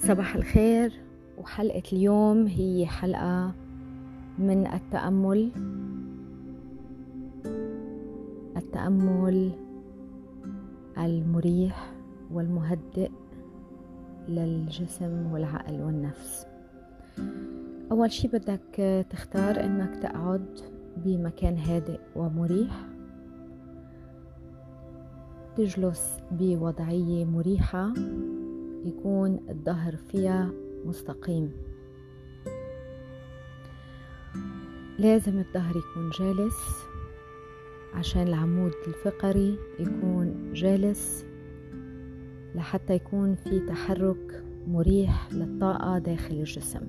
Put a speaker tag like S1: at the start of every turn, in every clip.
S1: صباح الخير. وحلقة اليوم هي حلقة من التأمل المريح والمهدئ للجسم والعقل والنفس. أول شي بدك تختار إنك تقعد بمكان هادئ ومريح، تجلس بوضعية مريحة يكون الظهر فيها مستقيم. لازم الظهر يكون جالس عشان العمود الفقري يكون جالس لحتى يكون في تحرك مريح للطاقة داخل الجسم.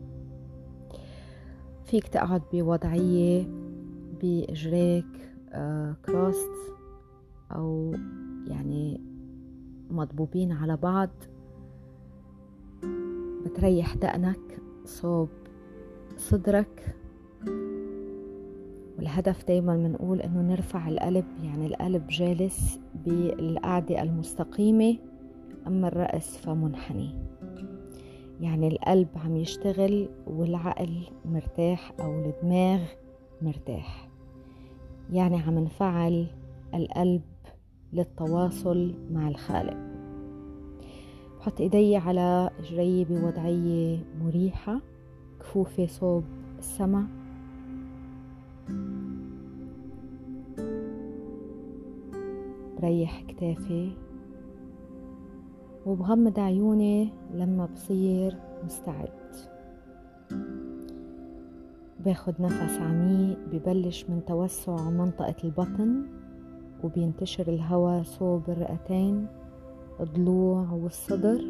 S1: فيك تقعد بوضعية بإجريك كروست أو يعني مضبوبين على بعض، بتريح دقنك صوب صدرك. والهدف دايما بنقول انه نرفع القلب، يعني القلب جالس بالقعدة المستقيمة، اما الرأس فمنحني، يعني القلب عم يشتغل والعقل مرتاح او الدماغ مرتاح، يعني عم نفعل القلب للتواصل مع الخالق. بحط ايدي على اجري بوضعية مريحة، كفوفي صوب السما، بريح كتافي وبغمض عيوني لما بصير مستعد. باخد نفس عميق ببلش من توسع منطقة البطن وبينتشر الهواء صوب الرئتين، الضلوع والصدر،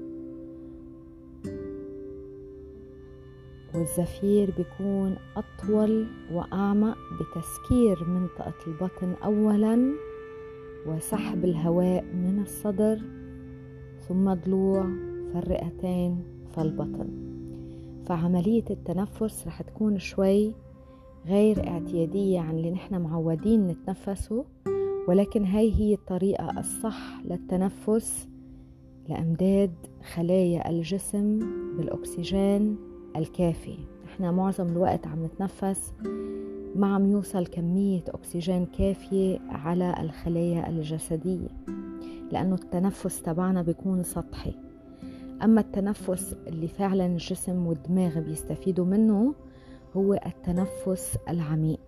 S1: والزفير بيكون أطول وأعمق بتسكير منطقة البطن أولا وسحب الهواء من الصدر ثم ضلوع فالرئتين فالبطن. فعملية التنفس رح تكون شوي غير اعتيادية عن اللي نحن معودين نتنفسه، ولكن هي الطريقة الصح للتنفس لإمداد خلايا الجسم بالأكسجين الكافي. نحن معظم الوقت عم نتنفس ما عم يوصل كمية أكسجين كافية على الخلايا الجسدية، لأنه التنفس تبعنا بيكون سطحي. أما التنفس اللي فعلا الجسم والدماغ بيستفيدوا منه هو التنفس العميق.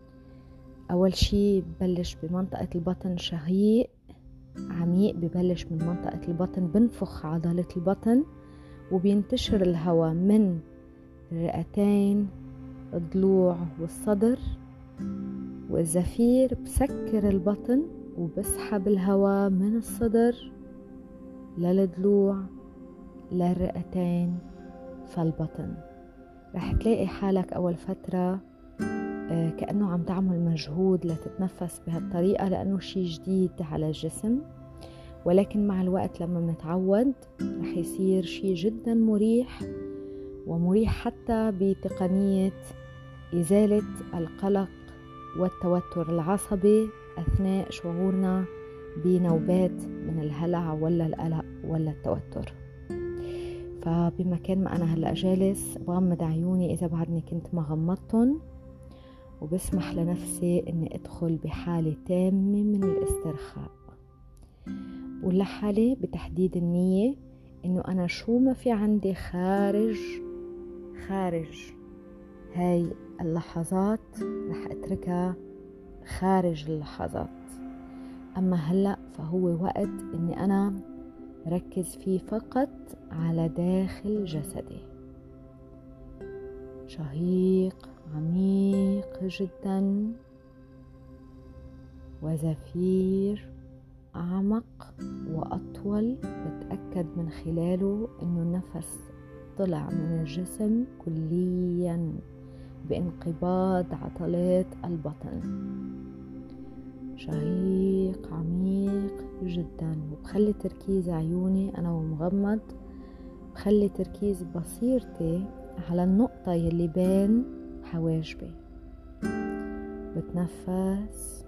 S1: أول شي ببلش بمنطقة البطن شهيق عميق، ببلش من منطقة البطن، بنفخ عضلة البطن وبينتشر الهواء من الرئتين الضلوع والصدر، والزفير بسكر البطن وبسحب الهواء من الصدر للضلوع للرئتين فالبطن. رح تلاقي حالك أول فترة كأنه عم تعمل مجهود لتتنفس بهالطريقة لأنه شيء جديد على الجسم، ولكن مع الوقت لما بنتعود رح يصير شيء جدا مريح، ومريح حتى بتقنية إزالة القلق والتوتر العصبي أثناء شعورنا بنوبات من الهلع ولا القلق ولا التوتر. فبمكان ما أنا هلأ جالس بغمض عيوني إذا بعدني كنت ما غمضتن، وبسمح لنفسي أني أدخل بحالة تامة من الاسترخاء، ولحالي بتحديد النية أنه أنا شو ما في عندي خارج هاي اللحظات رح أتركها خارج اللحظات. أما هلأ فهو وقت أني أنا ركز فيه فقط على داخل جسدي. شهيق عميق جدا وزفير أعمق وأطول، بتأكد من خلاله أنه النفس طلع من الجسم كليا بانقباض عضلات البطن. شهيق عميق جدا، وبخلي تركيز عيوني أنا ومغمض، بخلي تركيز بصيرتي على النقطة يلي بين حواجبي. بتنفس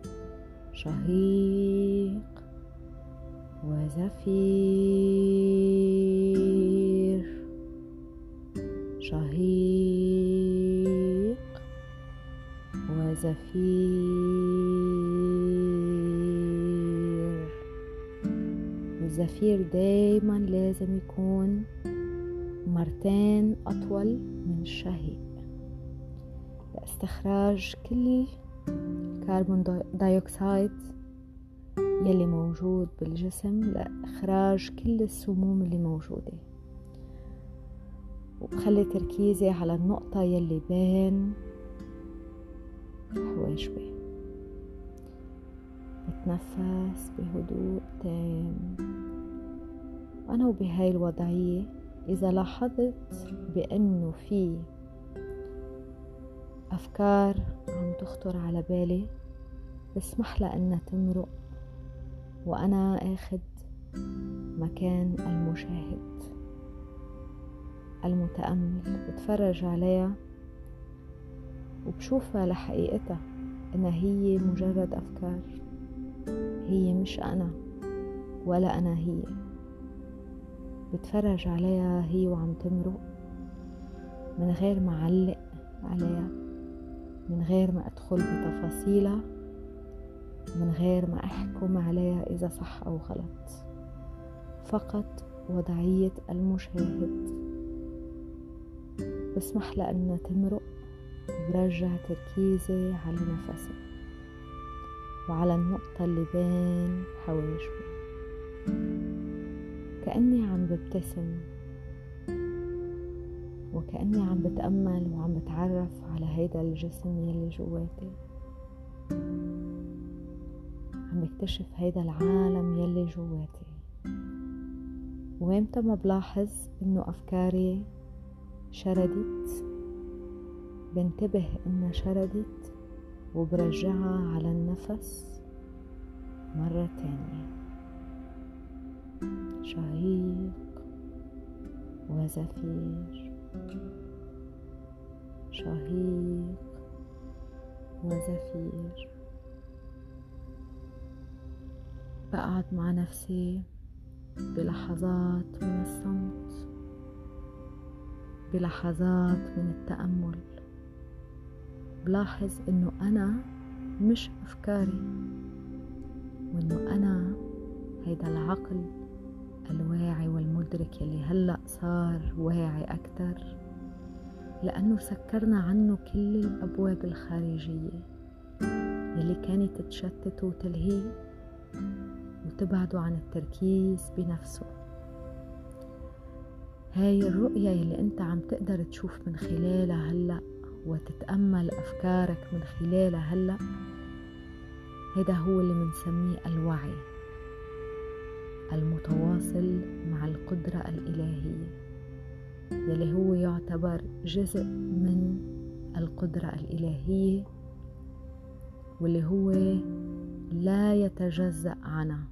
S1: شهيق وزفير شهيق وزفير. الزفير دايما لازم يكون مرتين أطول من الشهيق لاستخراج كل الكربون دايوكسيد يلي موجود بالجسم، لإخراج كل السموم اللي موجودة. وبخلي تركيزي على النقطة يلي بين حواجبي. بتنفس بهدوء تام. أنا وبهاي الوضعية إذا لاحظت بأنه في أفكار عم تخطر على بالي، بسمح لها أنها تمرق وأنا أخذ مكان المشاهد المتأمل. بتفرج عليها وبشوفها لحقيقتها، إنها هي مجرد أفكار، هي مش أنا ولا أنا هي. بتفرج عليها هي وعم تمرق من غير ما أعلق عليها، من غير ما أدخل بتفاصيلها، من غير ما أحكم عليها إذا صح أو غلط. فقط وضعية المشاهد. بسمح لها أنها تمرق وبرجع تركيزي على نفسي وعلى النقطة اللي بين حواجبي، كأني عم ببتسم وكأني عم بتأمل وعم بتعرف على هيدا الجسم يلي جواتي، عم بكتشف هيدا العالم يلي جواتي. وإمتى ما بلاحظ إنه أفكاري شردت، بنتبه إنها شردت وبرجعها على النفس مرة تانية. شهيق وزفير، شهيق وزفير. بقعد مع نفسي بلحظات من الصمت، بلحظات من التأمل. بلاحظ إنه أنا مش أفكاري، وإنه أنا هيدا العقل الواعي والمدرك يلي هلأ صار واعي أكتر، لأنه سكرنا عنه كل الأبواب الخارجية يلي كانت تشتت وتلهيه وتبعده عن التركيز بنفسه. هاي الرؤية يلي أنت عم تقدر تشوف من خلالها هلأ وتتأمل أفكارك من خلالها هلأ، هيدا هو اللي منسميه الوعي المتواصل مع القدرة الإلهية، يلي هو يعتبر جزء من القدرة الإلهية، واللي هو لا يتجزأ عنها.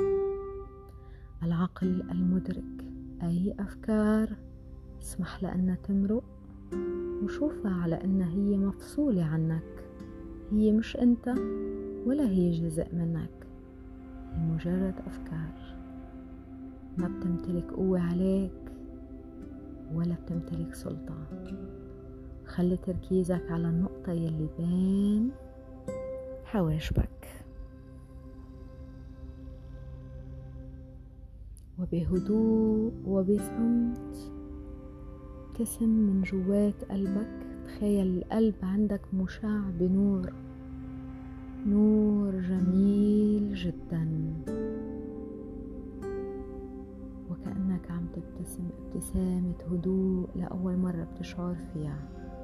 S1: العقل المدرك أي أفكار اسمح لها أنها تمرق وشوفها على أنها هي مفصولة عنك، هي مش أنت ولا هي جزء منك، هي مجرد أفكار ما بتمتلك قوة عليك ولا بتمتلك سلطة. خلي تركيزك على النقطة يلي بين حواجبك، وبهدوء وبصمت ابتسم من جوات قلبك. تخيل القلب عندك مشع بنور، نور جميل جدا، وكأنك عم تبتسم ابتسامة هدوء لأول مرة بتشعر فيها.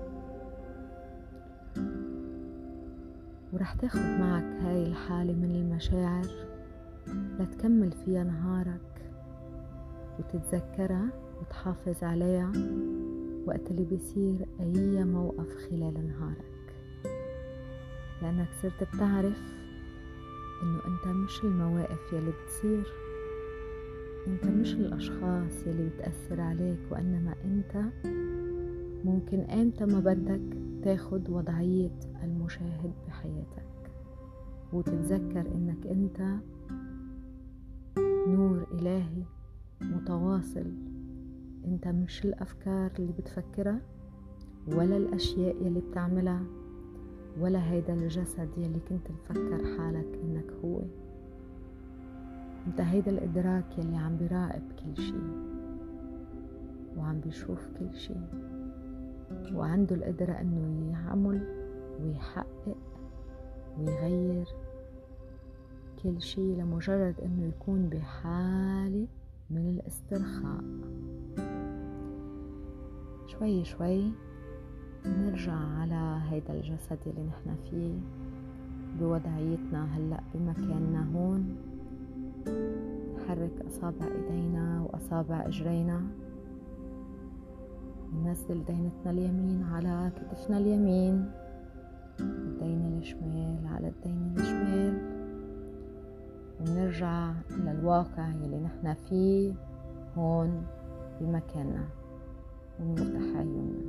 S1: ورح تاخد معك هاي الحالة من المشاعر لتكمل فيها نهارك وتتذكرها وتحافظ عليها وقت اللي بيصير أي موقف خلال نهارك، لأنك صرت بتعرف إنه أنت مش المواقف يلي بتصير، أنت مش الأشخاص يلي بتأثر عليك، وإنما أنت ممكن أمتى ما بدك تاخد وضعية المشاهد بحياتك وتتذكر إنك أنت نور إلهي متواصل انت مش الأفكار اللي بتفكرها، ولا الأشياء يلي بتعملها، ولا هيدا الجسد يلي كنت مفكر حالك انك هو. انت هيدا الإدراك يلي عم بيراقب كل شي، وعم بيشوف كل شي، وعنده القدرة انه يعمل ويحقق ويغير كل شي، لمجرد انه يكون بحالة من الاسترخاء. شوي شوي نرجع على هيدا الجسد اللي نحن فيه بوضعيتنا هلأ بمكاننا هون. نحرك أصابع إيدينا وأصابع إجرينا، ننزل دينتنا اليمين على كتفنا اليمين، الدين الشمال على الدين الشمال، ونرجع للواقع يلي نحن فيه هون بمكاننا، ونفتح عيوننا.